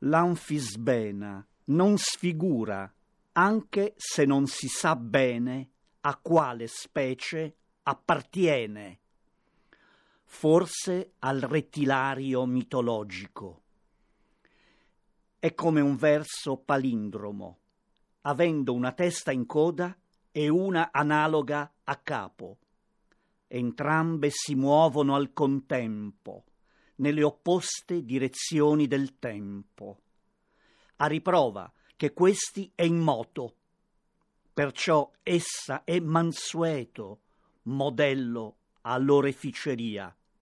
L'anfisbena non sfigura, anche se non si sa bene a quale specie appartiene. Forse al rettilario mitologico. È come un verso palindromo, avendo una testa in coda e una analoga a capo. Entrambe si muovono al contempo, nelle opposte direzioni del tempo, a riprova che questi è in moto, perciò essa è mansueto, modello all'oreficeria.